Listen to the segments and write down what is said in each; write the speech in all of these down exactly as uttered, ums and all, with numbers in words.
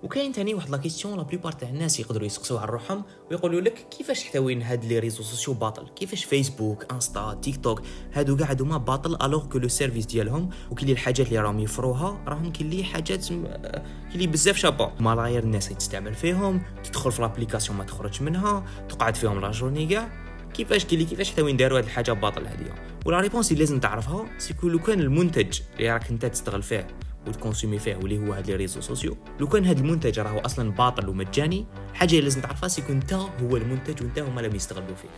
وكاين ثاني واحد لا كيسيون لا بليبار تاع الناس يقدروا يسقسوها على روحهم ويقولوا لك كيفاش حتوين هاد لي ريزو سوسيو باطل، كيفاش فيسبوك انستا تيك توك هادو كاع هادوما باطل الوغ كو لو سيرفيس ديالهم وكاين الحاجات اللي راهم يفروها راهم كاين لي حاجات كاين بزاف شابه ملايير الناس تستعمل فيهم، تدخل في لابليكاسيون ما تخرج منها، تقعد فيهم لا جورني كاع. كيفاش كاين كيفاش حتى وين داروا هاد الحاجه باطل هذه؟ ولا ريبونس اللي لازم تعرفها سيكو لو كان المنتج اللي راك انت تستغل فيه وتكونسومي فيه واللي هو هاد لي ريزو سوسيو، لو كان هاد المنتج راهو اصلا باطل ومجاني، الحاجه اللي لازم تعرفها سيكو انت هو المنتج وانت هما اللي يستغلوا فيك.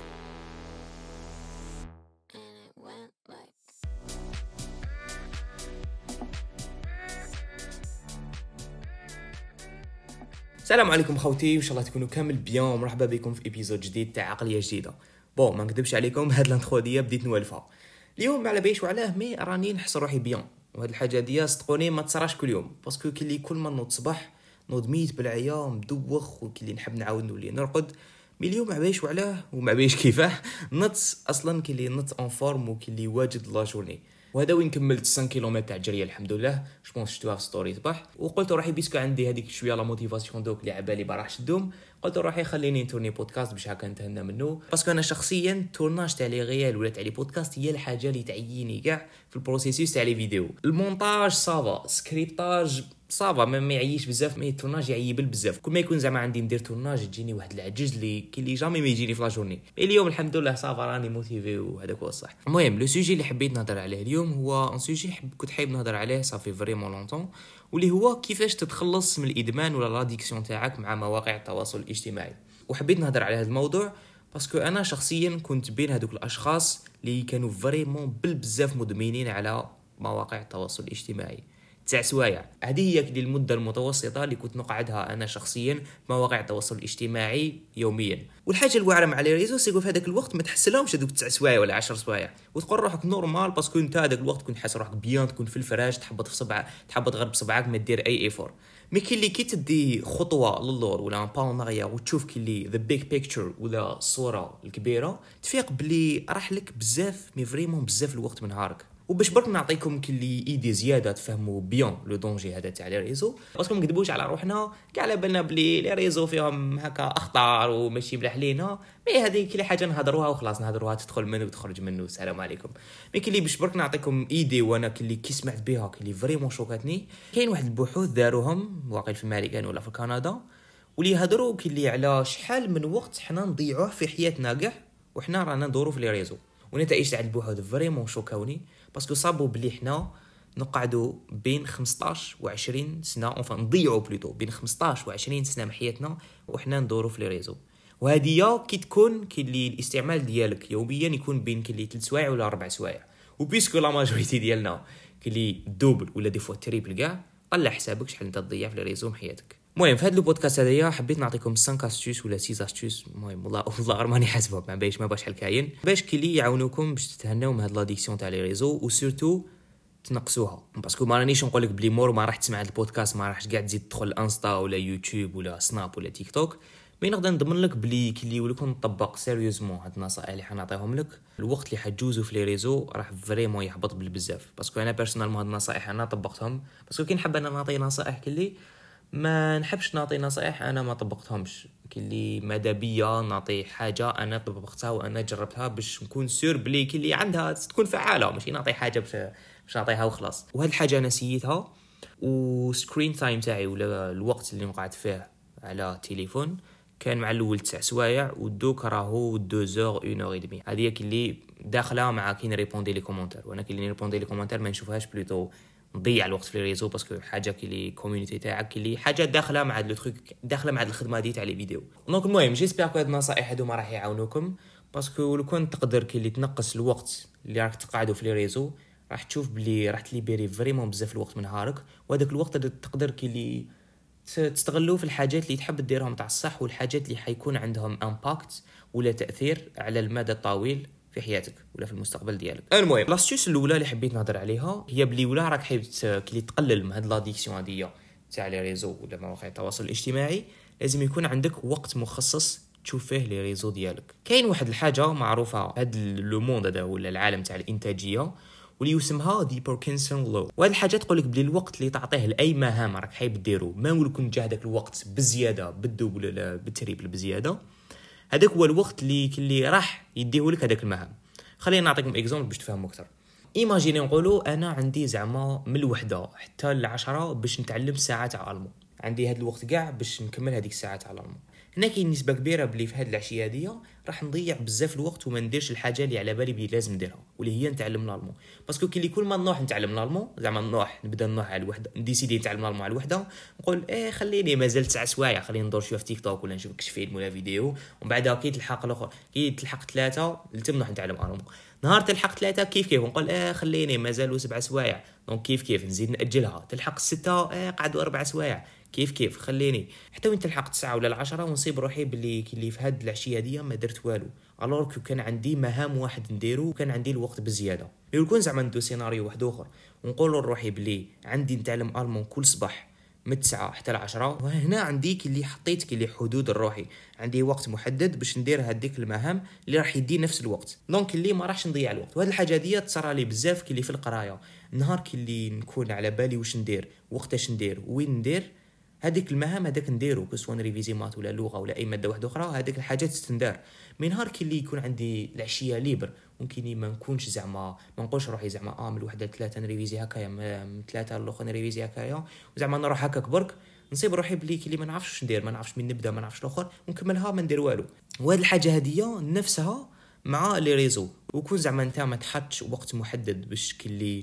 السلام عليكم خوتي، ان شاء الله تكونوا كامل بيان ومرحبا بكم في ايبيزود جديد تاع عقليه جديده. بون ما نكذبش عليكم، هاد لانترو دي بديت نوالفها اليوم ما على باليش وعلاه، مي راني نحس روحي بيان. وهاد الحاجه دي صدقوني ما تصراش كل يوم، باسكو كي اللي كل ما نوض صباح نوض ميت بالعيا مدوخ، وكي اللي نحب نعاود نولي نرقد. مي اليوم ما على وعلاه وما على كيفاه نط اصلا كي اللي نط اون فورم وكي اللي واجد لا جورني. وهذا وين كملت خمسة كيلومتر تاع جريه الحمد لله. جو بونس شفتوها في ستوري صباح وقلت روحي بيسكو عندي هذيك شويه لا موتيفاسيون دوك اللي عبالي ما راحش تدوم، قلت روحي خليني نتورني بودكاست باش هكا نتهنى منه. باسكو انا شخصيا تورناج تاع لي ريال ولا تاع لي بودكاست هي الحاجه اللي تعييني كاع في البروسيسوس تاع لي فيديو. المونتاج صافا، سكريبتاج صافا ما يعيش بزاف، مي التورناج يعيبل بزاف. كل ما يكون زعما عندي ندير تورناج تجيني واحد العجز اللي كي لي جامي ما يجيني في لا جورني. اليوم الحمد لله صافا راني موتيفي وهذاك هو الصح. المهم لو سوجي اللي حبيت نهضر عليه اليوم هو ان سوجي حب كنت حابب نهضر عليه صافي فريمون لونطون، واللي هو كيفاش تتخلص من الادمان ولا لاديكسيون تاعك مع مواقع التواصل الاجتماعي. وحبيت نهضر على هذا الموضوع باسكو انا شخصيا كنت بين هذوك الاشخاص اللي كانوا فريمون بالبزاف مدمنين على مواقع التواصل الاجتماعي تاع سوايع. هذه هي كدي المده المتوسطه اللي كنت نقعدها انا شخصيا في مواقع التواصل الاجتماعي يوميا. والحاجه الواعره مع لي ريزو سيكو في هذاك الوقت ما تحسلهمش هذوك تسع سوايع ولا عشر سوايع، وتقول روحك نورمال باسكو انت هذاك الوقت كنت حاس روحك بيان، تكون في الفراش تحبط في صبع تحبط غير بصبعك ما دير اي ايفور. مي كي اللي كي تدي خطوه للور ولا ان با ناريا وتشوف كي اللي ذا بيج بيكتشر ولا الصوره الكبيره، تفيق بلي راح لك بزاف مي فريمون بزاف الوقت من نهارك. وباش برك نعطيكم كلي ايدي زياده تفهموا بيان لو دونجي هذا تاع لي ريزو، باسكو ما نكذبوش على روحنا كاع على بالنا بلي لي ريزو فيهم هكا اخطار وماشي ملاح لينا، مي هذه كل حاجه نهضروها وخلاص نهضروها تدخل منه وتخرج منه السلام عليكم. مي كلي باش برك نعطيكم ايدي وانا كلي كي سمعت بها كلي فريمون شوكاتني، كاين واحد البحوث داروهم واقيل في امريكان ولا في كندا، واللي يهضروا كلي على شحال من وقت حنا نضيعوه في حياتنا كاع وحنا رانا ندورو في لي ريزو. ونتائج تاع البحوث فريمون شوكاوني باسكو صابوا بلي حنا نقعدوا بين خمسطاش و عشرين سنه اونفا نضيعوا بلوتو بين خمسطاش و عشرين سنه من حياتنا وحنا ندوروا في لي ريزو. وهذه كي تكون كي اللي الاستعمال ديالك يوميا يكون بين كي اللي ثلاث سوايع ولا اربع سوايع، وبيسكو لا ماجوريتي ديالنا كي اللي دوبل ولا دي فوا تريبل كاع، طلع حسابك شحال انت تضيع في لي ريزو من حياتك. المهم في هذا البودكاست هذايا حبيت نعطيكم خمسة استوس ولا ستة استوس، المهم والله والله راني حاسبهم ما باش ما باش شحال كاين باش كلي يعاونوكم باش تتهناو من هاد لاديكسيون تاع لي ريزو وسورتو تنقصوها. باسكو ما رانيش نقول لك بلي مور ما راح تسمع هاد البودكاست ما راحش كاع تزيد تدخل انستا ولا يوتيوب ولا سناب ولا تيك توك، مي نقدر نضمن لك بلي كلي ولكم نطبق سيريوزمون هاد النصائح اللي حنعطيهم لك، الوقت اللي حتجوزو في لي ريزو راح فريمون يحبط بالبزاف. باسكو انا بيرسونالمون هاد النصائح انا طبقتهم، باسكو كي نحب انا نعطي نصائح كلي ما نحبش نعطي نصائح انا ما طبقتهمش، كلي ماذا بيا نعطي حاجه انا طبقتها وانا جربتها باش نكون سور بلي كلي عندها تكون فعاله، ماشي نعطي حاجه باش باش نعطيها وخلاص. وهاد الحاجه انا سيتها. وسكرين تايم تاعي ولا الوقت اللي نقعد فيه على التليفون كان مع الاول تسع سوايع ودوك راهو اثنين زور واحد اور ودمي. هذه كلي داخله مع كي نريبوندي لي كومونتير، وانا كي نريبوندي لي كومونتير ما نشوفهاش بلوتو نضيع الوقت في لي ريزو، باسكو حاجه كي لي كوميونيتي تاعك كي لي حاجه داخله مع لو تروك داخله مع الخدمه دي تاع لي فيديو. دونك المهم جيسبر كو هاد النصائح هادو ما راح يعاونوكم، باسكو لو كنت تقدر كي لي تنقص الوقت اللي راك تقعدوا في لي ريزو راح تشوف بلي راح تليبيري فريمون بزاف الوقت من نهارك، وهذاك الوقت تقدر كي لي تستغلوه في الحاجات اللي تحب ديرهم تاع الصح والحاجات اللي حيكون عندهم امباكت ولا تاثير على المدى الطويل في حياتك ولا في المستقبل ديالك. المهم لاستيوس الاولى اللي حبيت نهضر عليها هي بلي ولا راك حابب كلي تقلل من هاد لاديكسيون هذه تاع لي ريزو ولا مواقع التواصل الاجتماعي، لازم يكون عندك وقت مخصص تشوف فيه لي ريزو ديالك. كاين واحد الحاجه معروفه هاد لو موند هذا ولا العالم تاع الانتاجيه، واللي يسمها دي باركنسون لو. وهاد الحاجه تقول لك بلي الوقت اللي تعطيه لاي مهام راك حايب ديرو ما يكون جا هذاك الوقت بزياده بالدوبل ولا بالتريبل بزياده، هذاك هو الوقت اللي اللي راح يديه لك هذاك المهام. خلينا نعطيكم اكزومبل باش تفهموا اكثر. ايماجيني نقولوا انا عندي زعما من الوحده حتى العشرة باش نتعلم ساعه تاع المو، عندي هذا الوقت كاع باش نكمل هذيك الساعه تاع المو. هنا كاين نسبه كبيره بلي في هذه العشيه هذه راح نضيع بزاف الوقت وما نديرش الحاجه اللي على بالي بلي لازم نديرها، واللي هي نتعلم الالمون. باسكو كي اللي كل ما نروح نتعلم الالمون زعما نروح نبدا نروح على الوحده نديسيدي نتعلم الالمون على الوحده، نقول ايه خليني مازال تسع سوايع خليني ندور شويه في تيك توك ولا نشوف كش فيلم ولا فيديو، ومن بعد كي تلحق الاخر كي تلحق ثلاثه لتم نروح نتعلم الالمون. نهار تلحق ثلاثه كيف كيف نقول ايه خليني مازالوا سبع سوايع، دونك كيف كيف نزيد ناجلها. تلحق السته ايه قعدوا اربع سوايع كيف كيف خليني، حتى وين تلحق تسعة ولا العشرة ونصيب روحي باللي كي في هاد العشيه هذه ما درت والو. الوغ كو كان عندي مهام واحد نديرو وكان عندي الوقت بزياده. يكون زعما ندو سيناريو واحد اخر ونقول لروحي بلي عندي نتعلم المون كل صباح من تسعة حتى العشرة، وهنا عندي كي اللي حطيت كي اللي حدود الروحي عندي وقت محدد باش ندير هذيك المهام اللي راح يدي نفس الوقت، دونك اللي ما راحش نضيع الوقت. وهذه الحاجه دي تصرى لي بزاف كي اللي في القرايه، النهار كي اللي نكون على بالي واش ندير وقتاش ندير وين ندير هذيك المهام هذاك نديرو كسوا ريفيزي مات ولا لغه ولا اي ماده واحده اخرى، هذيك الحاجات تستندار. من نهار كي اللي يكون عندي العشيه ليبر ممكن ما نكونش زعما ما نقولش روحي زعما اه من الوحده لثلاثه نريفيزي هكايا من ثلاثه للاخر نريفيزي هكايا وزعما نروح هكاك برك، نصيب روحي بلي كي اللي ما نعرفش واش ندير ما نعرفش من نبدا ما نعرفش الاخر ونكملها ما ندير والو. وهذه الحاجه هذه نفسها مع لي ريزو، وكون زعما انت ما تحطش وقت محدد باش كي اللي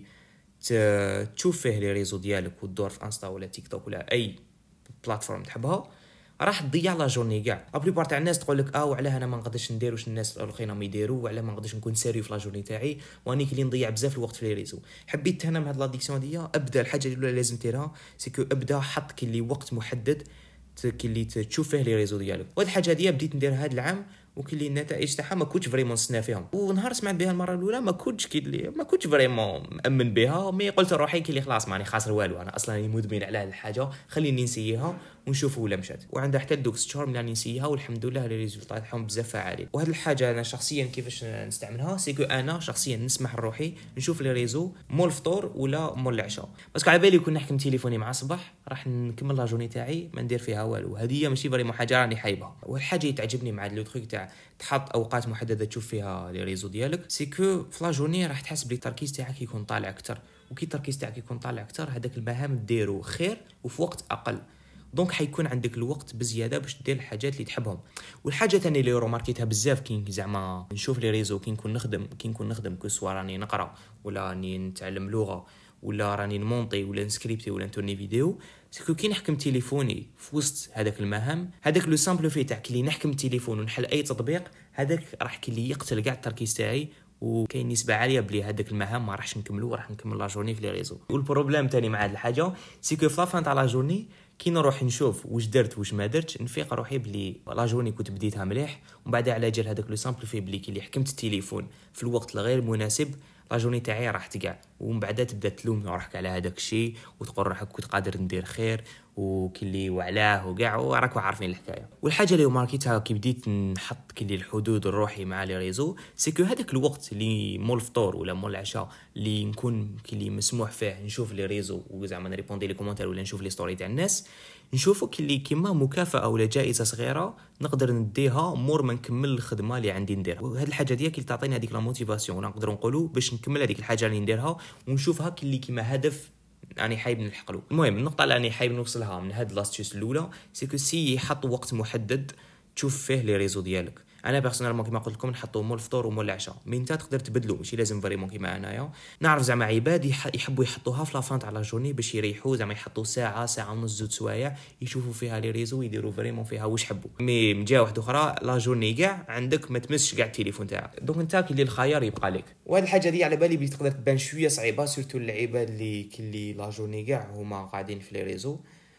تشوف فيه لي ريزو ديالك وتدور في انستا ولا تيك توك ولا اي بلاتفورم تحبها، راح تضيع لا جورني كاع. ابلي بار تاع الناس تقول لك اه وعلاه انا ما نقدرش ندير واش الناس الاخرين ما يديروا، وعلاه ما نقدرش نكون سيريو في لا جورني تاعي، واني كلي نضيع بزاف الوقت في لي ريزو. حبيت تهنم هاد لاديكسيون دي، ابدا الحاجه الاولى لازم ديرها سيكو ابدا حط كلي وقت محدد كي اللي تشوف فيه لي ريزو ديالك. وهاد الحاجه دي بديت نديرها هاد العام وكلي النتائج تاعها ما كنتش فريمون نستنى فيهم، ونهار سمعت بها المره الاولى ما كنتش كي اللي ما كنتش فريمون مامن بها، مي قلت لروحي كي اللي خلاص ماني خاسر والو، انا اصلا راني مدمن على هاد الحاجه خليني نسيها ونشوف ولا مشات. وعندها حتى دوك ستور ملي نسيها والحمد لله لي ريزولطات تاعهم بزاف فعالين. وهاد الحاجه انا شخصيا كيفاش نستعملها سيكو انا شخصيا نسمح لروحي نشوف لي ريزو مول الفطور ولا مول العشاء، باسكو على بالي كون نحكم تليفوني مع الصباح راح نكمل لا جورني تاعي ما ندير فيها والو. هذه ماشي فريمون حاجه راني حايبها. والحاجه اللي تعجبني مع لو تروك تاع تحط اوقات محدده تشوف فيها لي ريزو ديالك سيكو في لا جورني راح تحس بلي التركيز تاعك يكون طالع اكثر، وكي التركيز تاعك يكون طالع اكثر هذاك المهام ديرو خير وفي وقت اقل، دونك حيكون عندك الوقت بزياده باش دير الحاجات اللي تحبهم. والحاجه ثانيه اللي روماركيتها بزاف كي زعما نشوف لي ريزو كي نكون نخدم كي نكون نخدم كسوا راني نقرا ولا راني نتعلم لغه ولا راني نمونطي ولا نسكريبتي ولا نتورني فيديو، سكو كي نحكم تليفوني في وسط هذاك المهام هذاك لو سامبل في تاع كي نحكم التليفون ونحل اي تطبيق هذاك راح كي يقتل كاع التركيز تاعي، وكاين نسبه عاليه بلي هذاك المهام ما راحش نكملو راح نكمل لا جورني في لي ريزو. والبروبليم ثاني مع هذه الحاجه سيكو في لافان تاع لا جورني كي نروح نشوف واش درت واش ما درتش نفيق روحي بلي لا جورني كنت بديتها مليح، ومن بعد على جال هذاك لو سامبل في بلي كي اللي حكمت التليفون في الوقت الغير مناسب لا جورني تاعي راح تقع، ومن بعد تبدا تلوم روحك على هذاك الشيء وتقول روحك كنت قادر ندير خير وكلي وعلاه وكاع وراكوا عارفين الحكايه. والحاجه اللي ماركيتها كي بديت نحط كلي الحدود الروحي مع لي ريزو سيكو هذاك الوقت اللي مول الفطور ولا مول العشاء اللي نكون كلي مسموح فيه نشوف لي ريزو وزعما نريبوندي لي كومونتير ولا نشوف لي ستوري تاع الناس، نشوفوا كلي كيما مكافاه ولا جائزه صغيره نقدر نديها مور ما نكمل الخدمه اللي عندي نديرها. وهذه الحاجه ديال كي تعطيني هذيك لا موتيفاسيون ونقدروا نقولوا باش نكمل هذيك الحاجه اللي نديرها ونشوفها كلي كيما هدف راني حايب نلحقلو. المهم النقطه اللي راني حايب نوصلها من هاد لاستيوس الاولى سيكو سي يحط وقت محدد تشوف فيه لي ريزو ديالك. انا بيرسونيلمون كيما قلت لكم نحطو مول الفطور ومول العشاء، مي انت تقدر تبدلو ماشي لازم فريمون كيما انايا. نعرف زعما عباد يحبوا يحطوها في لافان تاع لا جورني باش يريحوا زعما يحطوا ساعه ساعه ونص زوج سوايع يشوفوا فيها لي ريزو يديروا فريمون فيها واش حبوا. مي من جهه واحده اخرى لا جورني كاع عندك ما تمسش كاع التليفون تاعك، دونك انت كي اللي الخيار يبقى لك. وهذه الحاجه دي على بالي بتقدر تبان شويه صعيبه سورتو العباد اللي كلي لا جورني كاع هما قاعدين في لي ريزو،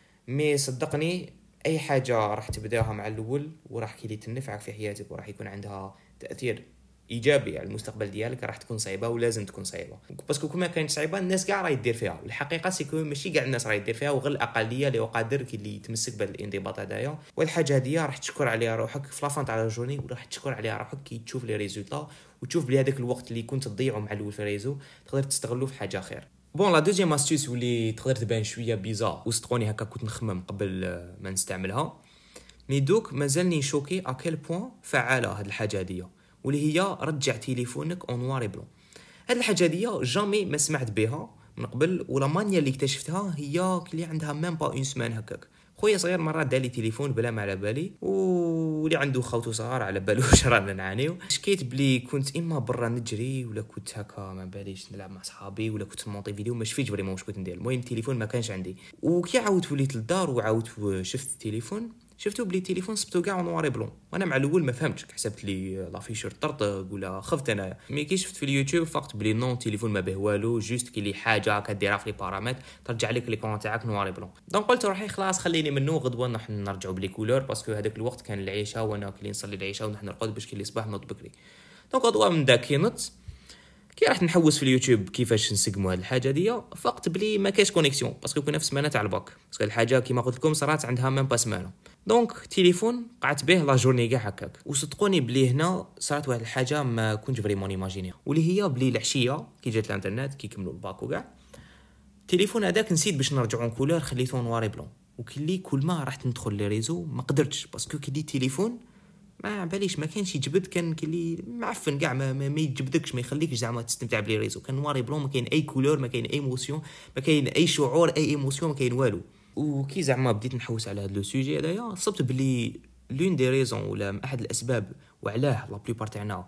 مي صدقني اي حاجه راح تبداها مع الاول وراح كي تنفعك في حياتك وراح يكون عندها تاثير ايجابي على المستقبل ديالك راح تكون صعيبه ولازم تكون صعيبه، باسكو كما كانت صعيبه الناس كاع راهي دير فيها. الحقيقه سيكو ماشي كاع الناس راهي دير فيها وغير الاقليه اللي قادر كي اللي يتمسك بالانضباط هذايا. والحاجه هذه راح تشكر عليها روحك في لافان تاع لا جورني وراح تشكر عليها روحك كي تشوف لي ريزولطا وتشوف بلي هذاك الوقت اللي كنت تضيعه مع الاول في ريزو تقدر تستغلو في حاجه خير. بون لا دوزيام استيس واللي تقدر تبان شويه بيزار وصدقوني هكا كنت نخمم قبل ما نستعملها، مي دوك مازالني شوكي اكيل بوين فعاله هاد الحاجه هاديه، واللي هي رجع تليفونك اون نوار بلون. هاد الحاجه هاديه جامي ما سمعت بها من قبل، ولا مانيا اللي اكتشفتها هي كلي عندها ميم با اون سمان هكاك. خويا صغير مره دالي تليفون بلا ما على بالي، واللي عنده خوتو صغار على بالوش رانا نعانيو. شكيت بلي كنت اما برا نجري ولا كنت هكا ما باليش نلعب مع صحابي ولا كنت نمونطي فيديو، ما شفتش فريمون واش كنت ندير. المهم التليفون ما كانش عندي، وكي عاودت وليت للدار وعاودت شفت التليفون شفتو بلي التليفون سبتو كاع نوار بلون. وانا مع الاول ما فهمتش، حسبت لي لافيشر طرطق ولا خفت انا. مي كي شفت في اليوتيوب فقت بلي نون التليفون ما به والو، جوست كي لي حاجه كديرها في لي بارامتر ترجع لك ليكرون تاعك نوار بلون. دونك قلت روحي خلاص خليني منو غدوه نروح نرجعوا بلي كولور، باسكو هذاك الوقت كان العشاء وانا كلي نصلي العشاء ونحن نرقد باش كي الصباح نوض بكري. دونك غدوه من داك كي نط كي رحت نحوس في اليوتيوب كيفاش نسقموا هذه الحاجه دي، فقت بلي ما كاينش كونيكسيون باسكو كنا في سمانه تاع الباك، باسكو الحاجه كيما قلت لكم صرات عندها ميم با سمانه. دونك تليفون قعدت به لا جورني كاع هكاك. وصدقوني بلي هنا صارت واحد الحاجه ما كنتش فريمون ايماجينيها، واللي هي بلي العشيه كي جات الانترنت كي كملوا الباك وكاع التليفون هذاك نسيت باش نرجعون كولور، خليته نوار بلون. وكلي كل ما رحت ندخل لي ريزو ما قدرتش، باسكو كي دي تليفون ما باليش ما كانش يجبد، كان كلي معفن كاع ما, ما, ما يجبدكش، ما يخليكش زعما تستمتع بلي ريزو. كان نوار بلون، ما كاين اي كولور، ما كاين اي ايموسيون، ما كاين اي شعور، اي ايموسيون، ما كاين والو. وكي زعما بديت نحوس على هذا لو سوجي هذايا صبت بلي لون دي ريزون ولا احد الاسباب وعلاه لا بليبار تاعنا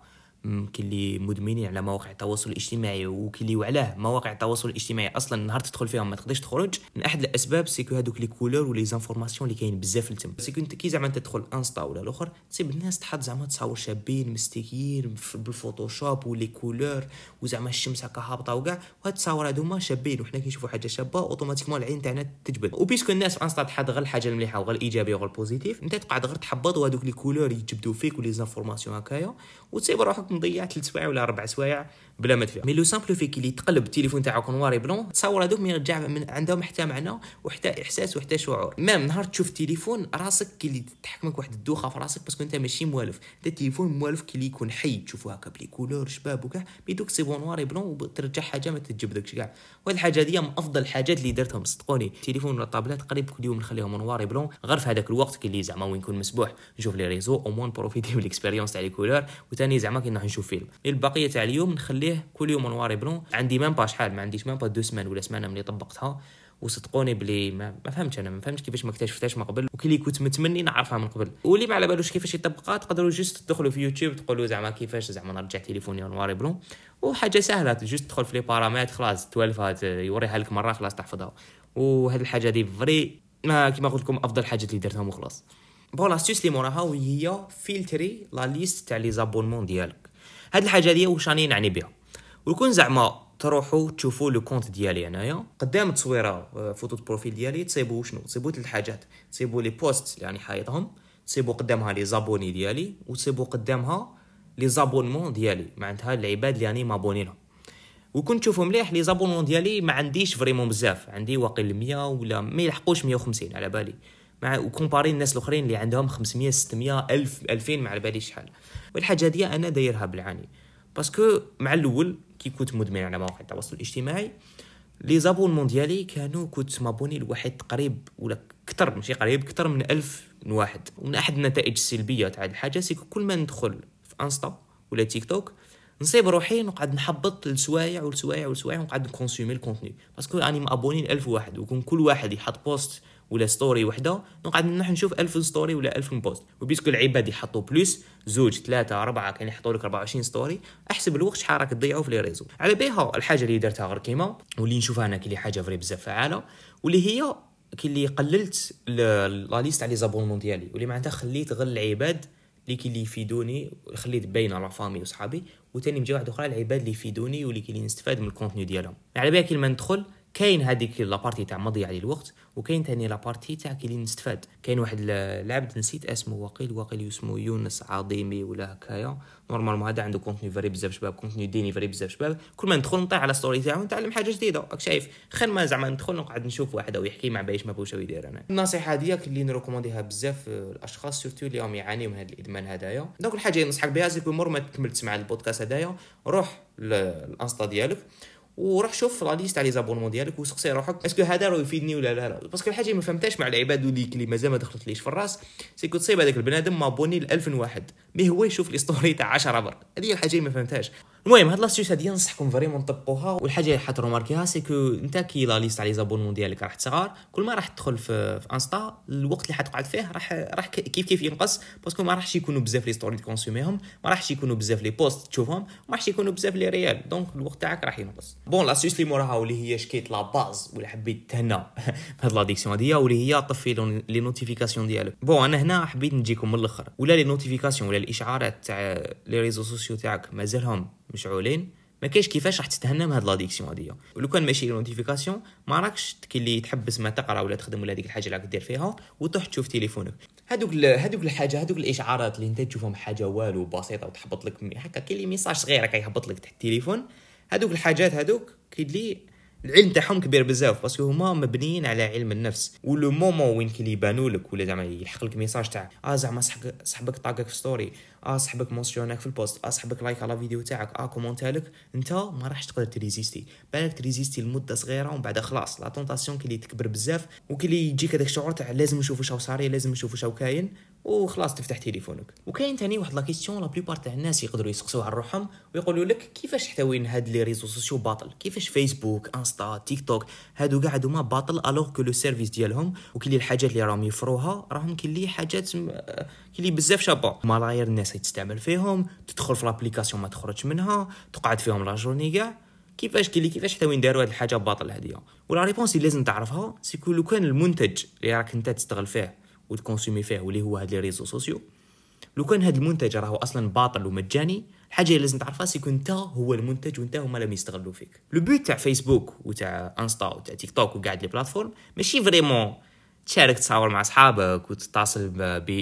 كلي مدمنين على مواقع التواصل الاجتماعي، وكلي وعلاه مواقع التواصل الاجتماعي اصلا نهار تدخل فيهم ما تقدرش تخرج، من احد الاسباب سيكو هذوك لي كولور ولي زانفورماسيون اللي كاين بزاف لتم. سيكو انت كي زعما تدخل انستا ولا الاخر تصيب الناس تحط زعما تصاور شابين مستيكين بالفوتوشوب ولي كولور وزعما الشمس هكا هابطه وكاع، وهاد التصاور هذوما شابين وحنا كنشوفوا حاجه شابه اوتوماتيكمون العين تاعنا تجبد. وبيسكو الناس في انستا تحط غير الحاجه المليحه وغير الايجابيه وغير البوزيتيف، انت تقعد غير تحبط وهذوك لي كولور يجبدوا فيك ولي زانفورماسيون هكايا، وتصيب روحك مضيع ثلاث سوايع ولا اربع سوايع بلا ما تفهم. مي لو سامبل في كي تقلب التليفون تاعك نوار بلون تصور هذوك ما يرجع من عندهم حتى معنى وحتى احساس وحتى شعور. ميم نهار تشوف التليفون راسك كي تحكمك واحد الدوخه في راسك، باسكو انت ماشي موالف، انت التليفون موالف كي يكون حي تشوفه هكا بلي كولور شباب وكاع، بيدوك سي بون نوار بلون وترجع حاجه ما تجبدكش كاع. وهاد الحاجه هذه من افضل الحاجات اللي درتهم صدقوني. التليفون ولا الطابلات قريب كل يوم نخليهم نوار بلون، غير في هذاك الوقت كي زعما وين نكون مسبوح نشوف لي ريزو او مون بروفيتي من الاكسبيريونس تاع لي كولور، وثاني زعما كي نروح نشوف فيلم. البقيه تاع اليوم نخليه كل يوم نوار بلون. عندي ميم با شحال ما عنديش ميم با دو سمان ولا سمانه ملي طبقتها، وصدقوني بلي ما, ما فهمتش انا ما فهمتش كيفاش ما اكتشفتهاش من قبل، وكلي كنت متمني نعرفها من قبل. واللي ما على بالوش كيفاش يطبقها تقدروا جوست تدخلوا في يوتيوب تقولوا زعما كيفاش زعما نرجع تليفوني نوار بلون، وحاجه سهله جوست تدخل في لي بارامتر خلاص توالفها يوريها لك مره خلاص تحفظها. وهذه الحاجه دي فري ما كيما قلت لكم افضل حاجات اللي درتهم وخلاص. بون لاستيس لي موراها وهي فلتري لا ليست تاع لي زابونمون ديالك. هذه الحاجه دي واش راني نعني بها، ويكون زعما تروحوا تشوفوا لو كونت ديالي انايا قدام التصويره فوتو بروفيل ديالي، تصيبوا شنو تصيبوا ثلاث حاجات، تصيبوا لي بوست اللي يعني حايطهم، تصيبوا قدامها لي زابوني ديالي، وتصيبوا قدامها لي زابونمون ديالي معناتها العباد اللي راني مابوني لهم. وكنت تشوفوا مليح لي زابونمون ديالي ما عنديش فريمون بزاف، عندي واقيلا مية ولا ما يلحقوش مية وخمسين على بالي، مع وكومباري الناس الاخرين اللي عندهم خمسمية ستمية ألف ألفين ما على بالي شحال. والحاجه دي انا دايرها بالعاني، باسكو مع الاول كي كنت مدمن على مواقع التواصل الاجتماعي لي زابونمون ديالي كانوا كنت مابوني لواحد قريب ولا اكثر ماشي قريب اكثر من ألف واحد. ومن احد النتائج السلبيه تاع هذه الحاجه سي كل ما ندخل في انستا ولا تيك توك نصيب روحي نقعد نحبط لسوايع ولسوايع ولسوايع ونقعد نكونسومي الكونتوني، باسكو راني مابوني ألف واحد، وكون كل واحد يحط بوست ولا ستوري وحده نقعد نحن نشوف ألف ستوري ولا ألف بوست. وبيسكو العباد يحطوا بلوس زوج ثلاثه اربعه كان يحطوا لك أربعة وعشرين ستوري، احسب الوقت شحال راك تضيعوا في لي ريزو. على بها الحاجه اللي درتها غير كيما واللي نشوفها انا كلي حاجه فري بزاف فعاله، واللي هي كي اللي قللت لا ليست على لي زابونمون ديالي، واللي معناتها خليت غير العباد اللي كي اللي يفيدوني، خليت باينه لا فامي وصحابي، وثاني مجي واحد اخرى العباد اللي يفيدوني واللي كي اللي نستفاد من الكونتوني ديالهم. على بالي كي لما ندخل كاين هذيك لابارتي تاع مضيع للوقت، وكاين ثاني لابارتي تاع كي نستفاد. كاين واحد العبد نسيت اسمه، واقيل واقيل اسمه يونس عظيمي ولا هكايا، نورمالمون هذا عنده كونتوني فري بزاف شباب، كونتوني ديني فري بزاف شباب. كل ما ندخل نطيح على ستوري تاعو نتعلم حاجه جديده، راك شايف، خير ما زعما ندخل نقعد نشوف واحد او يحكي مع بايش ما بوش يدير. انا النصيحه هذيك اللي نريكومونديها بزاف الاشخاص سورتو اللي راهم يعانيوا من هذا الادمان هذايا. دونك الحاجه اللي ننصحك بها سيكون مور ما تكمل تسمع البودكاست هذايا، روح للانستا ديالك وروح شوف لا ليست تاع لي زابونمون ديالك وسقسي روحك اسكو هذا راه يفيدني ولا لا لا. باسكو الحاجه ما فهمتهاش مع العباد اللي اللي مازال ما دخلتليش في الراس، سيكو تصيب هذاك البنادم مابوني ل ألف واحد مي هو يشوف لي ستوري تاع عشرة برك. هذه هي الحاجه اللي ما فهمتهاش. المهم هاد لاستيوس هادي ننصحكم فريمون طبقوها. والحاجه اللي حط روماركيها سيكو انت كي لا ليست تاع لي زابونمون ديالك راح تصغر، كل ما راح تدخل في, في انستا الوقت اللي حتقعد فيه راح راح كيف كيف ينقص، باسكو ما راحش يكونوا بزاف لي ستوري تكونسوميهم، ما راحش يكونوا بزاف لي بوست تشوفهم، ما راحش يكونوا بزاف لي ريال، دونك الوقت تاعك راح ينقص. بون لاستيوس اللي موراها واللي هي شكيت لا باز ولا حبيت تهنا بهاد لاديكسيون هذه، واللي هي طفي لي نوتيفيكاسيون ديالك. بون انا هنا حبيت نجيكم من الاخر، ولا لي نوتيفيكاسيون ولا الاشعارات تاع لي ريزو سوسيو تاعك مازالهم مشعولين، ما كاينش كيفاش راح تستهنى من هاد لاديكسيون هذه. ولو كان ماشي نوتيفيكاسيون ما راكش كي اللي تحبس ما تقرا ولا تخدم ولا هذيك الحاجه اللي راك دير فيها وتروح تشوف تليفونك. هذوك هذوك الحاجه هذوك الاشعارات اللي انت تشوفهم حاجه والو بسيطه وتحبط لك هكا، كاين لي ميساج صغيره كيهبط لك تحت التليفون، هذوك الحاجات هذوك كيدلي العلم تاعهم كبير بزاف، باسكو هما مبنيين على علم النفس. ولو مومون وين كي يبانوا لك ولا زعما يلحق لك ميساج تاع اه زعما صاحبك صاحبك طاقك في ستوري، اه صاحبك مونسيوناك في البوست، اه صاحبك لايك على فيديو تاعك، اه كومونتا لك، انت ما راحش تقدر تريزيستي. بالك تريزيستي لمده صغيره ومن بعد خلاص لا طونطاسيون كي تكبر بزاف وكي يجيك هذاك الشعور تاع لازم نشوف واش صاري، لازم نشوف واش كاين، وخلاص تفتح تليفونك. وكاين ثاني واحد لا كيسيون لا بليبار تاع الناس يقدروا يسقسوها على روحهم ويقولوا لك كيفاش حتوين هاد لي ريزو سوسيو باطل، كيفاش فيسبوك انستا تيك توك هادو كاع هادو ما باطل الوغ كو لو سيرفيس ديالهم وكاين الحاجات اللي راهم يفروها راهم كاين لي حاجات كاين لي بزاف شابه ملايير الناس تستعمل فيهم، تدخل في لابليكاسيون ما تخرجش منها، تقعد فيهم لا جورني كاع. كيفاش كاين كيفاش حتى وين داروا هاد الحاجه باطل هذه؟ ولا ريبونس اللي لازم تعرفها سيكو لو كان المنتج اللي راك انت تستغل فيه وتكونسومي فيه واللي هو هاد لي ريزو سوسيو، لو كان هاد المنتج راهو اصلا باطل ومجاني، الحاجه اللي لازم تعرفها سيكو انت هو المنتج وانت هما اللي يستغلوا فيك. لو بوت تاع فيسبوك وتاع انستا وتاع تيك توك وكاع لي بلاتفورم ماشي فريمون تشارك تصور مع اصحابك وتتصل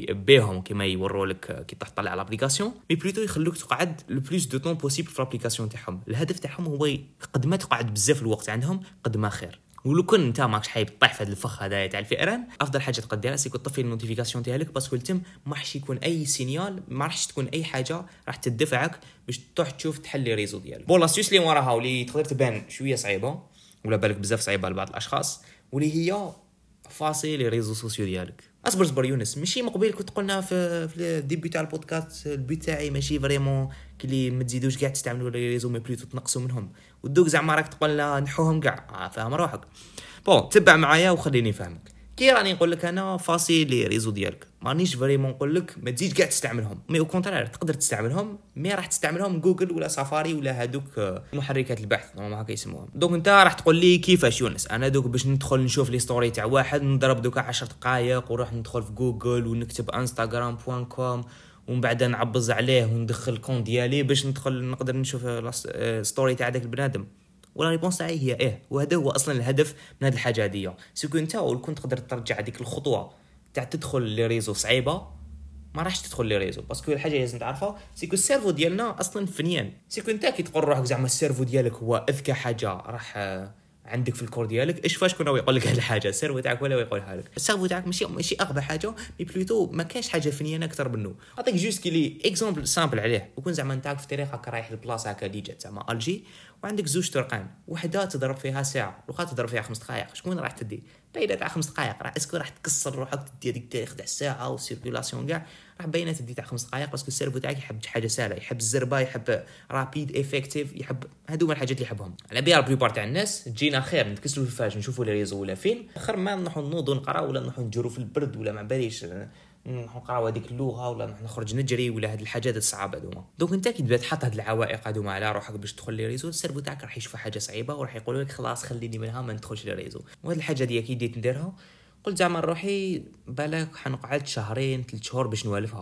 بهم كما يوروا لك كي تطلع على الابليكاسيون، مي بلوتو يخلوك تقعد لو بلوس دو طون بوسيبل في الابليكاسيون تاعهم. الهدف تاعهم هو قد ما تقعد بزاف الوقت عندهم قد ما خير. ولو كن انت ماكش حايب طيح في هذا الفخ هذا تاع الفئران، افضل حاجه تقدر ديرها سيكون تطفي النوتيفيكاسيون ديالك، باسكو التم ما راحش يكون اي سينيال، ما راحش تكون اي حاجه راح تدفعك باش تروح تشوف تحل لي ريزو ديالك. بون لاستيوس اللي وراها واللي تقدر تبان شويه صعيبه ولا بالك بزاف صعيبه لبعض الاشخاص، واللي هي فاصي لي ريزو سوسيو ديالك. اصبر صبر يونس، ماشي مقبل كنت قلنا في في الديبي تاع البودكاست البيت تاعي ماشي فريمون كلي ما تزيدوش كاع تستعملوا لي ريزو مي بلوتو تنقصوا منهم ودوك زعما راك تقول لا نحوهم كاع. آه فاهم روحك. بون تبع معايا وخليني نفهمك. كي راني نقول لك انا فاصي لي ريزو ديالك مانيش فريمون نقول لك ما تزيدش كاع تستعملهم، مي او كونترير تقدر تستعملهم، مي راح تستعملهم جوجل ولا سافاري ولا هذوك محركات البحث نورمال هكا يسموهم. دونك انت راح تقول لي كيفاش يونس انا دوك باش ندخل نشوف لي ستوري تاع واحد نضرب دوك عشر دقائق وروح ندخل في جوجل ونكتب انستغرام دوت كوم ومن بعد نعبز عليه وندخل الكون ديالي باش ندخل نقدر نشوف ستوري تاع داك البنادم؟ ولا ريبونس تاعي هي ايه، وهذا هو اصلا الهدف من هذه الحاجه هذه. سيكون انت ولو كنت تقدر ترجع هذيك الخطوه تاع تدخل لي ريزو صعيبه ما راحش تدخل لي ريزو، باسكو الحاجه اللي لازم تعرفها سيكو السيرفو ديالنا اصلا فنيان. سيكو انت كي تقول روحك زعما السيرفو ديالك هو اذكى حاجه راح عندك في الكور ديالك، ايش فاش كنا يقول لك هذه الحاجه السيرفو تاعك ولا يقولها لك؟ السيرفو تاعك ماشي ماشي اغبى حاجه، مي بلوتو ما كاينش حاجه فنيانه اكثر منه. نعطيك جوست كي لي اكزامبل سامبل عليه. وكون زعما نتاعك في طريقك رايح لبلاصه هكا اللي جات زعما الجي وعندك زوج طرقان، وحده تضرب فيها ساعه واخا تضرب فيها خمس دقائق، شكون راح تدي؟ باينه تاع خمس دقائق راح اسكو راح تكسر روحك تدي هذيك التاريخ تاع الساعه والسيركيلاسيون كاع، راح باينه تدي تاع خمس دقائق باسكو السيرفو تاعك يحب حاجه سهله، يحب الزربه، يحب رابيد افكتيف، يحب هادو من الحاجات اللي يحبهم. على بها البليبار تاع الناس تجينا خير نتكسلوا في الفاش نشوفوا لي ريزو ولا فيلم، خير ما نروحوا نوضوا نقراو ولا نروحوا نجروا في البرد ولا ما باليش نروحوا نقراو هذيك اللغه ولا نخرج نجري ولا هاد الحاجات الصعابه هذوما. دونك انت كي تبدا تحط هاد العوائق هذوما على روحك باش تدخل لي ريزو، السيرفو تاعك راح يشوف حاجه صعيبه وراح يقول لك خلاص خليني منها ما ندخلش لي ريزو. وهاد الحاجه دي كي بديت نديرها قلت زعما روحي بالك حنقعد شهرين ثلاث شهور باش نوالفها،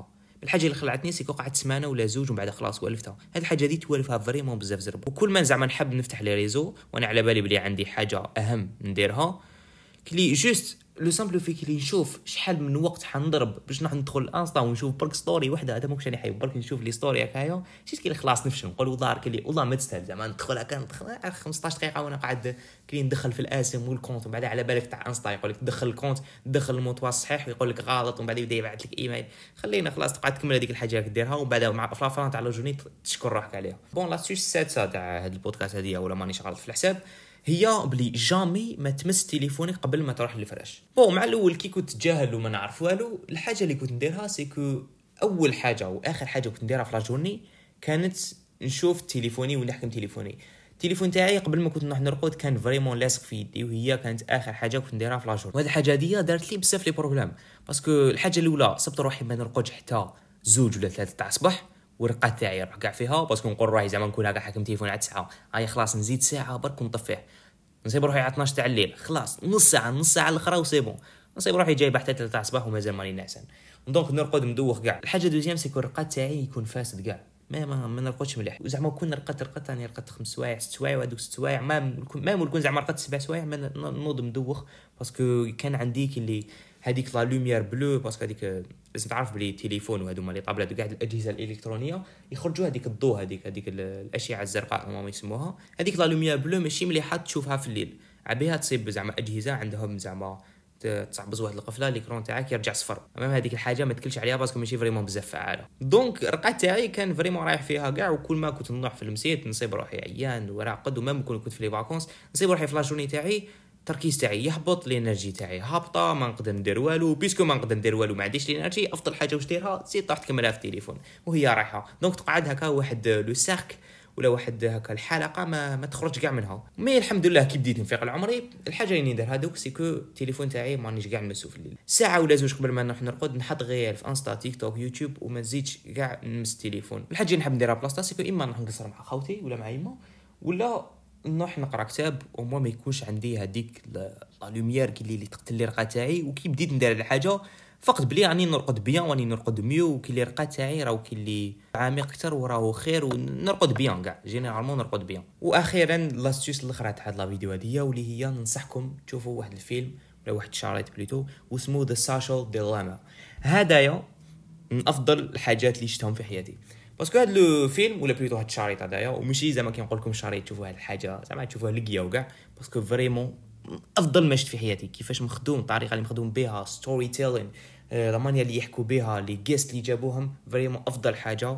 الحاجه اللي خلعتني سيكو قعدت سمانه ولا زوج ومن بعد خلاص ولفتها. هذه الحاجه دي توالفها فريمون بزاف زرب. وكل ما زعما نحب نفتح لي ريزو وانا على بالي بلي عندي حاجه اهم نديرها، كلي جوست لو سامبل في كلي نشوف شحال من وقت حنضرب باش نروح ندخل الانستا ونشوف برك ستوري وحده. هذا ماكش راني حايب برك نشوف لي ستوري هكايا شفت كلي خلاص نفشل نقول والله كلي والله ما تستاهل زعما ندخل هكا ندخل خمسطاش دقيقه وانا قاعد كلي ندخل في الاسم والكونت، ومن بعد على بالك تاع انستا يقول لك دخل الكونت دخل الموتوا الصحيح ويقول لك غلط، ومن بعد يبدا يبعث لك ايميل. خلينا خلاص تقعد تكمل هذيك الحاجه ديرها ومن بعد مع فلافران تاع لوجوني تشكر روحك عليها. بون لاستيش السادسه تاع هذا البودكاست هذه ولا مانيش غلط في الحساب هي بلي جامي ما تمس تليفونك قبل ما تروح للفراش. بون مع الاول كي كنت جاهل وما نعرف والو، الحاجه اللي كنت نديرها سيكو اول حاجه واخر حاجه كنت نديرها في لاجورني كانت نشوف تليفوني ونحكم تليفوني. التليفون تاعي قبل ما كنت نروح نرقد كان فريمون لاصق في يدي، وهي كانت اخر حاجه كنت نديرها في لاجورني. وهذه الحاجه دي دارت لي بزاف لي بروبليم، باسكو الحاجه الاولى صبت روحي ما نرقدش حتى زوج ولا ثلاثه تاع الصباح، ورقات تاعي نروح كاع فيها باسكو نقول روحي زعما نكون هكا حاكم تليفون على تسعة هاي خلاص نزيد ساعه برك ونطفيه، نصيب روحي على اثناش تاع الليل خلاص نص ساعه نص ساعه الاخرى وسيبون، نصيب روحي جاي حتى ثلاثة تاع الصباح ومازال ماني نعسان. دونك نرقد مدوخ كاع. الحاجه دوزيام سيكون الرقاد تاعي يكون فاسد كاع، ما ما, ما نرقدش مليح. وزعما كون رقدت رقدت راني رقدت خمس سوايع ست سوايع وهذوك ست سوايع ما ما نكون زعما رقدت سبع سوايع ما نوض مدوخ، باسكو كان عندي اللي هذيك لا لوميير بلو، باسكو هذيك لازم تعرف بلي التليفون وهذوما لي طابلات وكاع الاجهزه الالكترونيه يخرجوا هذيك الضوء هذيك هذيك الاشعه الزرقاء هما يسموها. هذيك لا لوميير بلو ماشي مليحه تشوفها في الليل، عبيها تصيب زعما اجهزه عندهم زعما تصعبز واحد القفله ليكرون تاعك يرجع صفر. امام هذيك الحاجه ما تكلش عليها باسكو ماشي فريمون بزاف فعاله. دونك الرقعه تاعي كان فريمون رايح فيها كاع، وكل ما كنت نروح في المسيت نصيب روحي عيان وراقد، وما نكون كنت في لي فاكونس نصيب روحي في لا جورني تاعي التركيز تاعي يهبط، الانرجي تاعي هابطه، ما نقدر ندير والو. بيسكو ما نقدر ندير والو ما عنديش الانرجي، افضل حاجه واش ديرها زيد طاح تكملها في التليفون وهي رايحه. دونك تقعد هكا واحد لو سيرك ولا واحد هكا الحلقه ما ما تخرج كاع منها. مي الحمد لله كي بديت نفيق العمري الحاجه اللي ندير هذوك سيكو التليفون تاعي مانيش كاع نمسو في الليل. ساعه ولا زوج قبل ما نروح نرقد نحط غير في انستا تيك توك يوتيوب وما نزيدش كاع نمس التليفون. الحاجه اللي نحب نديرها بلاصه سيكو اما نروح نقصر مع خوتي ولا مع يما، ولا نروح نقرا كتاب وما ما يكونش عندي هذيك لا لوميير كي اللي تقتل لي الرقه تاعي. وكي بديت ندير هذه الحاجه فقط بلي راني نرقد بيان وراني نرقد ميو، وكي اللي رقه تاعي راهو كي اللي عميق اكثر وراهو خير ونرقد بيان كاع جينيرالمون نرقد بيان. واخيرا لاستيوس الاخرى تاع هاد لا فيديو هذه واللي هي ننصحكم تشوفوا واحد الفيلم ولا واحد الشريط بليتو واسمه ذا سوشيال ديلاما. هدايا من افضل الحاجات اللي شفتهم في حياتي، باسكو هذا لو فيلم ولا بليتو هاد الشريط هذايا وماشي زعما كنقول لكم الشريط تشوفوا هاد الحاجه زعما تشوفوها لقيه وكاع، باسكو فريمون افضل ما شفت في حياتي. كيفاش مخدوم، الطريقه اللي مخدوم بها، ستوري تيلين، لا مانيا اللي يحكوا بها، لي جيست اللي جابوهم، فريمون افضل حاجه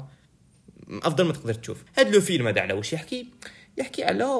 افضل ما تقدر تشوف. هذا لو فيلم هذا على واش يحكي؟ يحكي على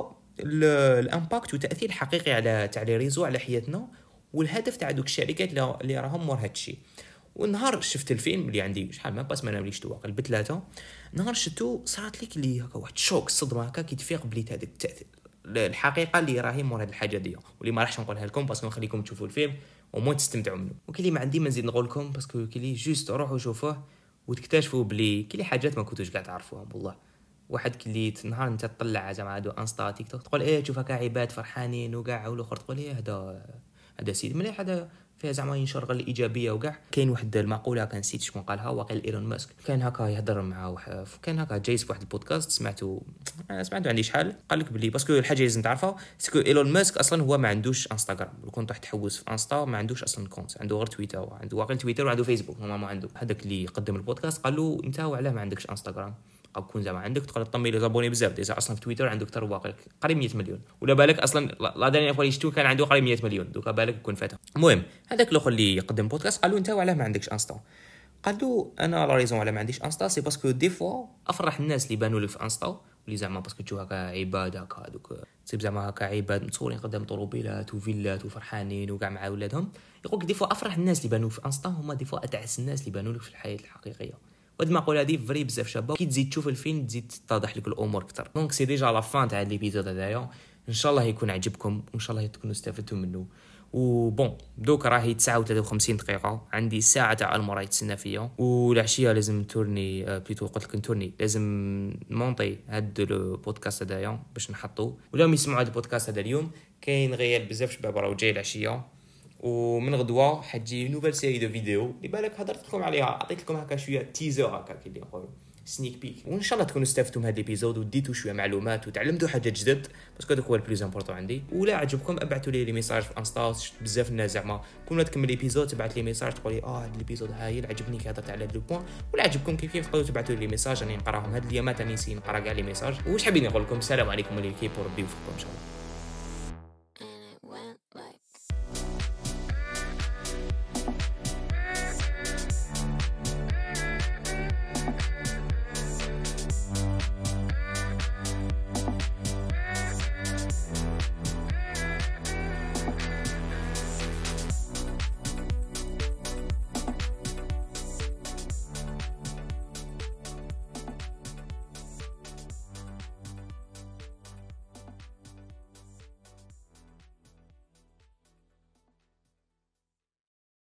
الامباكت وتاثير حقيقي على تاع لي ريزو على حياتنا، والهدف تاع دوك الشركات اللي راهم مور هادشي. ونهار شفت الفيلم اللي عندي شحال ما باس ما انا مليش تو قلب ثلاثه، نهار شفتو صارت لك اللي هكا واحد شوك صدمه هكا كي تفيق بلي هذاك التاثير الحقيقه اللي راهي مور هاد الحاجه دي، واللي ما راحش نقولها لكم باسكو نخليكم تشوفوا الفيلم ومو تستمتعوا منه. وكي اللي ما عندي ما نزيد نقول لكم باسكو كي اللي جوست روحوا شوفوه وتكتشفوا بلي كي حاجات ما كنتوش قاعد تعرفوهم. والله واحد كي نهار انت تطلع زعما هادو انستا تيك توك تقول ايه تشوف هكا عباد فرحانين وكاع، والاخر تقول ايه هذا هذا سيد مليح، هذا فيها زعما ينشر غير الايجابيه وكاع. كاين واحد المقوله كان نسيت شكون قالها، واقيلا ايلون ماسك، كان هكا يهضر مع واحد كان هكا جايز في واحد البودكاست سمعته انا سمعته عندي شحال، قال لك بلي باسكو الحاجه لازم تعرفها سكو ايلون ماسك اصلا هو ما عندوش انستغرام، لو كنت راح تحوس في انستا ما عندوش اصلا كونت، عنده غير تويتر، عنده واقيلا تويتر وعنده فيسبوك هما ما عنده. هذاك اللي قدم البودكاست قال له انت وعلاه ما عندكش انستغرام او كون زعما عندك تقدر تطمي لي زابوني بزاف ديجا اصلا في تويتر عندك تر واقيلا قريب مية مليون، ولا بالك اصلا لا داني فوا شفتو كان عنده قريب مية مليون دوكا بالك يكون فاتها. المهم هذاك الاخر اللي يقدم بودكاست قال له انت وعلاه ما عندكش انستا، قال له انا لا ريزون على ما عنديش انستا سي باسكو دي فوا افرح الناس اللي بانوا لك في انستا اللي زعما باسكو تشوف هكا عباد هكا هذوك تصيب زعما هكا عباد متصورين قدام طوموبيلات وفيلات وفرحانين وكاع مع ولادهم، يقولك دي فوا افرح الناس اللي بانوا في انستا هما دي فوا اتعس الناس اللي بانوا لك في الحياه الحقيقيه. وهاد المقوله هذه فري بزاف شابه، كي تزيد تشوف الفيلم تزيد تتضح لك الامور اكثر. دونك سي ديجا لا فان تاع ليبيزود هذايا، ان شاء الله يكون عجبكم وان شاء الله تكونوا استفدتوا منه. وبون دوك راهي تسعة وثلاثين وخمسين دقيقه، عندي ساعه تاع المرا يتسنى فيا، والعشيه لازم تورني بليتو قلت لك نتورني لازم نمونطي هاد البودكاست هذايا باش نحطو، ولا يسمعوا هاد البودكاست هذا اليوم كاين غير بزاف شباب راهو جاي العشيه ومن غدوه حتجي نوفيل سيري دو فيديو اللي بالك هضرت لكم عليها، عطيت لكم هكا شويه تيزر هكا كي اللي نقولوا سنيك بيك. وان شاء الله تكونوا استفدتوا من هذا الابيزود وديتوا شويه معلومات وتعلمتوا حاجات جدد، باسكو هذاك هو البلوز امبورطون عندي. ولا عجبكم ابعثوا لي لي ميساج في انستا، بزاف الناس زعما كل ما تكمل ليبيزود تبعث لي ميساج تقول لي اه هذا الابيزود هايل عجبني كي هضرت على هذا البوان. ولا عجبكم كيف كيف تقدروا تبعثوا لي ميساج راني نقراهم هاد الايامات، راني نسي نقرا كاع لي ميساج. واش حابين نقول لكم؟ السلام عليكم وليكيب وربي يوفقكم ان شاء الله.